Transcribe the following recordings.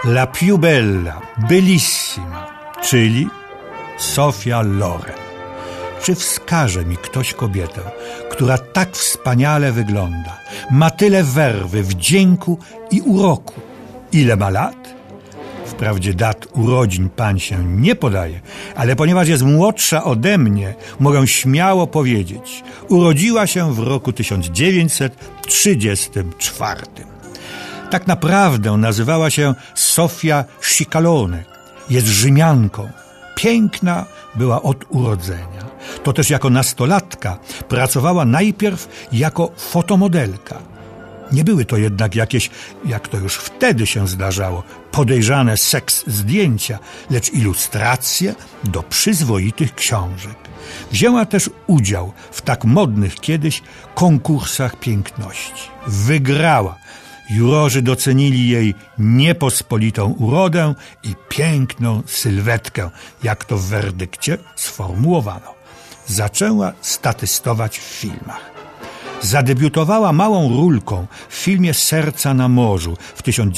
La più bella, bellissima, czyli Sophia Loren. Czy wskaże mi ktoś kobietę, która tak wspaniale wygląda, ma tyle werwy, wdzięku i uroku? Ile ma lat? Wprawdzie dat urodzin pan się nie podaje, ale ponieważ jest młodsza ode mnie, mogę śmiało powiedzieć, urodziła się w roku 1934. Tak naprawdę nazywała się Sofia Cicalone. Jest Rzymianką. Piękna była od urodzenia. To też jako nastolatka pracowała najpierw jako fotomodelka. Nie były to jednak jakieś, jak to już wtedy się zdarzało, podejrzane seks zdjęcia, lecz ilustracje do przyzwoitych książek. Wzięła też udział w tak modnych kiedyś konkursach piękności. Wygrała. Jurorzy docenili jej niepospolitą urodę i piękną sylwetkę, jak to w werdykcie sformułowano. Zaczęła statystować w filmach. Zadebiutowała małą rólką w filmie Serca na morzu w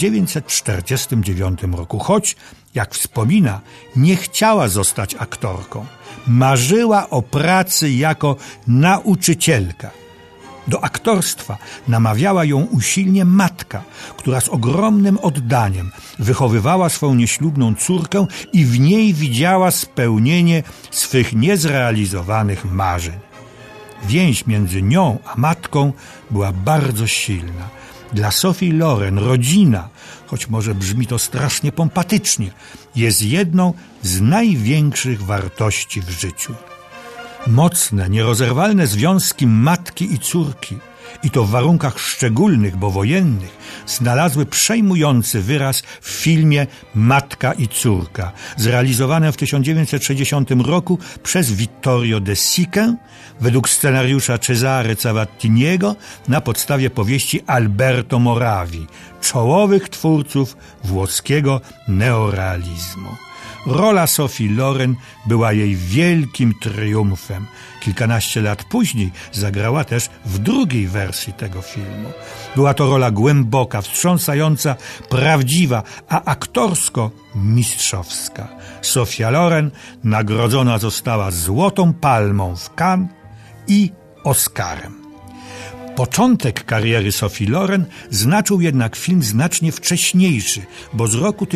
1949 roku, choć, jak wspomina, nie chciała zostać aktorką. Marzyła o pracy jako nauczycielka. Do aktorstwa namawiała ją usilnie matka, która z ogromnym oddaniem wychowywała swą nieślubną córkę i w niej widziała spełnienie swych niezrealizowanych marzeń. Więź między nią a matką była bardzo silna. Dla Sophie Loren rodzina, choć może brzmi to strasznie pompatycznie, jest jedną z największych wartości w życiu. Mocne, nierozerwalne związki matki i córki, i to w warunkach szczególnych, bo wojennych, znalazły przejmujący wyraz w filmie Matka i córka, zrealizowanym w 1960 roku przez Vittorio De Sica, według scenariusza Cesare Zavattiniego, na podstawie powieści Alberto Moravi, czołowych twórców włoskiego neorealizmu. Rola Sophie Loren była jej wielkim triumfem. Kilkanaście lat później zagrała też w drugiej wersji tego filmu. Była to rola głęboka, wstrząsająca, prawdziwa, a aktorsko mistrzowska. Sophia Loren nagrodzona została Złotą Palmą w Cannes i Oscarem. Początek kariery Sophie Loren znaczył jednak film znacznie wcześniejszy, bo z roku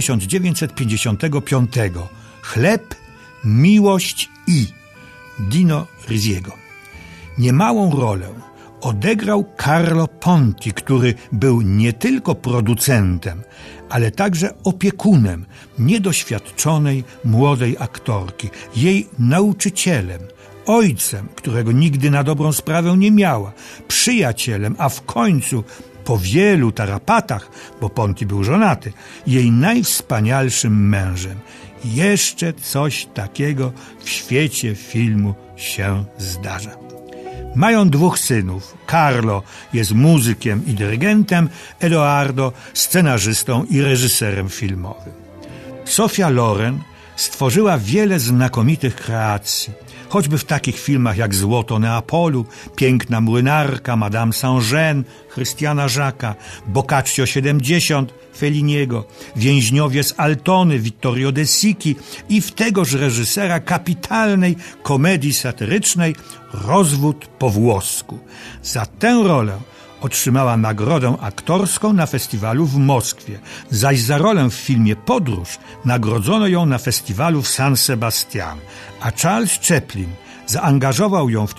1955 Chleb, miłość i Dino Risiego. Niemałą rolę odegrał Carlo Ponti, który był nie tylko producentem, ale także opiekunem niedoświadczonej młodej aktorki, jej nauczycielem, ojcem, którego nigdy na dobrą sprawę nie miała, przyjacielem, a w końcu, po wielu tarapatach, bo Ponti był żonaty, jej najwspanialszym mężem. Jeszcze coś takiego w świecie filmu się zdarza. Mają dwóch synów. Carlo jest muzykiem i dyrygentem, Edoardo scenarzystą i reżyserem filmowym. Sophia Loren stworzyła wiele znakomitych kreacji, choćby w takich filmach jak Złoto Neapolu, Piękna młynarka, Madame Saint-Jean, Christiana Jacques'a, Boccaccio 70, Felliniego, Więźniowie z Altony, Vittorio De Sici i w tegoż reżysera kapitalnej komedii satyrycznej Rozwód po włosku. Za tę rolę otrzymała nagrodę aktorską na festiwalu w Moskwie, zaś za rolę w filmie Podróż nagrodzono ją na festiwalu w San Sebastian, a Charles Chaplin zaangażował ją w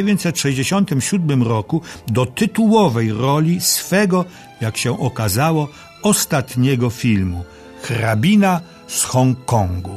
1967 roku do tytułowej roli swego, jak się okazało, ostatniego filmu Hrabina z Hongkongu.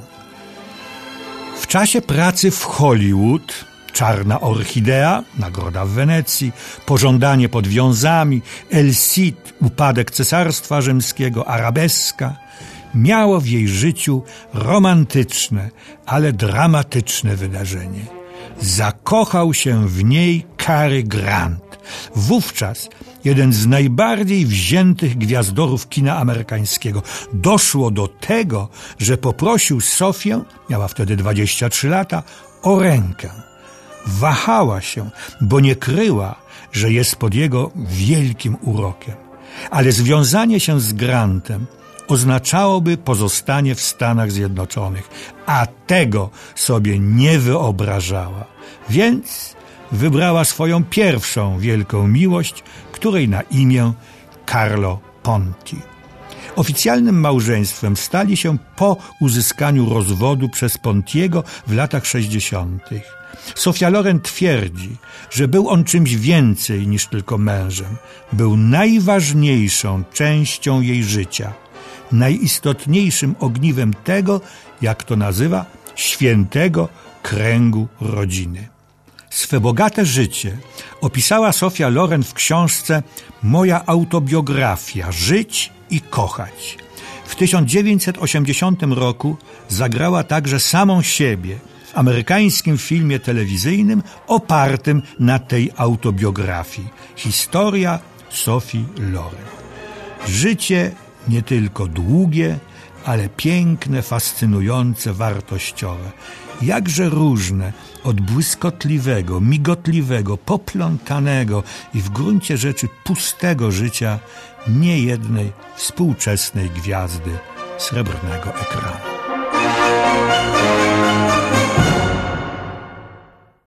W czasie pracy w Hollywood Czarna orchidea, nagroda w Wenecji, Pożądanie pod wiązami, El Cid, upadek Cesarstwa Rzymskiego, Arabeska, miało w jej życiu romantyczne, ale dramatyczne wydarzenie. Zakochał się w niej Cary Grant, wówczas jeden z najbardziej wziętych gwiazdorów kina amerykańskiego. Doszło do tego, że poprosił Sofię, miała wtedy 23 lata, o rękę. Wahała się, bo nie kryła, że jest pod jego wielkim urokiem. Ale związanie się z Grantem oznaczałoby pozostanie w Stanach Zjednoczonych, a tego sobie nie wyobrażała. Więc wybrała swoją pierwszą wielką miłość, której na imię Carlo Ponti. Oficjalnym małżeństwem stali się po uzyskaniu rozwodu przez Pontiego w latach 60. Sophia Loren twierdzi, że był on czymś więcej niż tylko mężem. Był najważniejszą częścią jej życia, najistotniejszym ogniwem tego, jak to nazywa, świętego kręgu rodziny. Swe bogate życie opisała Sophia Loren w książce Moja autobiografia – Żyć i kochać. W 1980 roku zagrała także samą siebie w amerykańskim filmie telewizyjnym opartym na tej autobiografii. Historia Sophie Loren. Życie nie tylko długie, ale piękne, fascynujące, wartościowe. Jakże różne od błyskotliwego, migotliwego, poplątanego i w gruncie rzeczy pustego życia niejednej współczesnej gwiazdy srebrnego ekranu.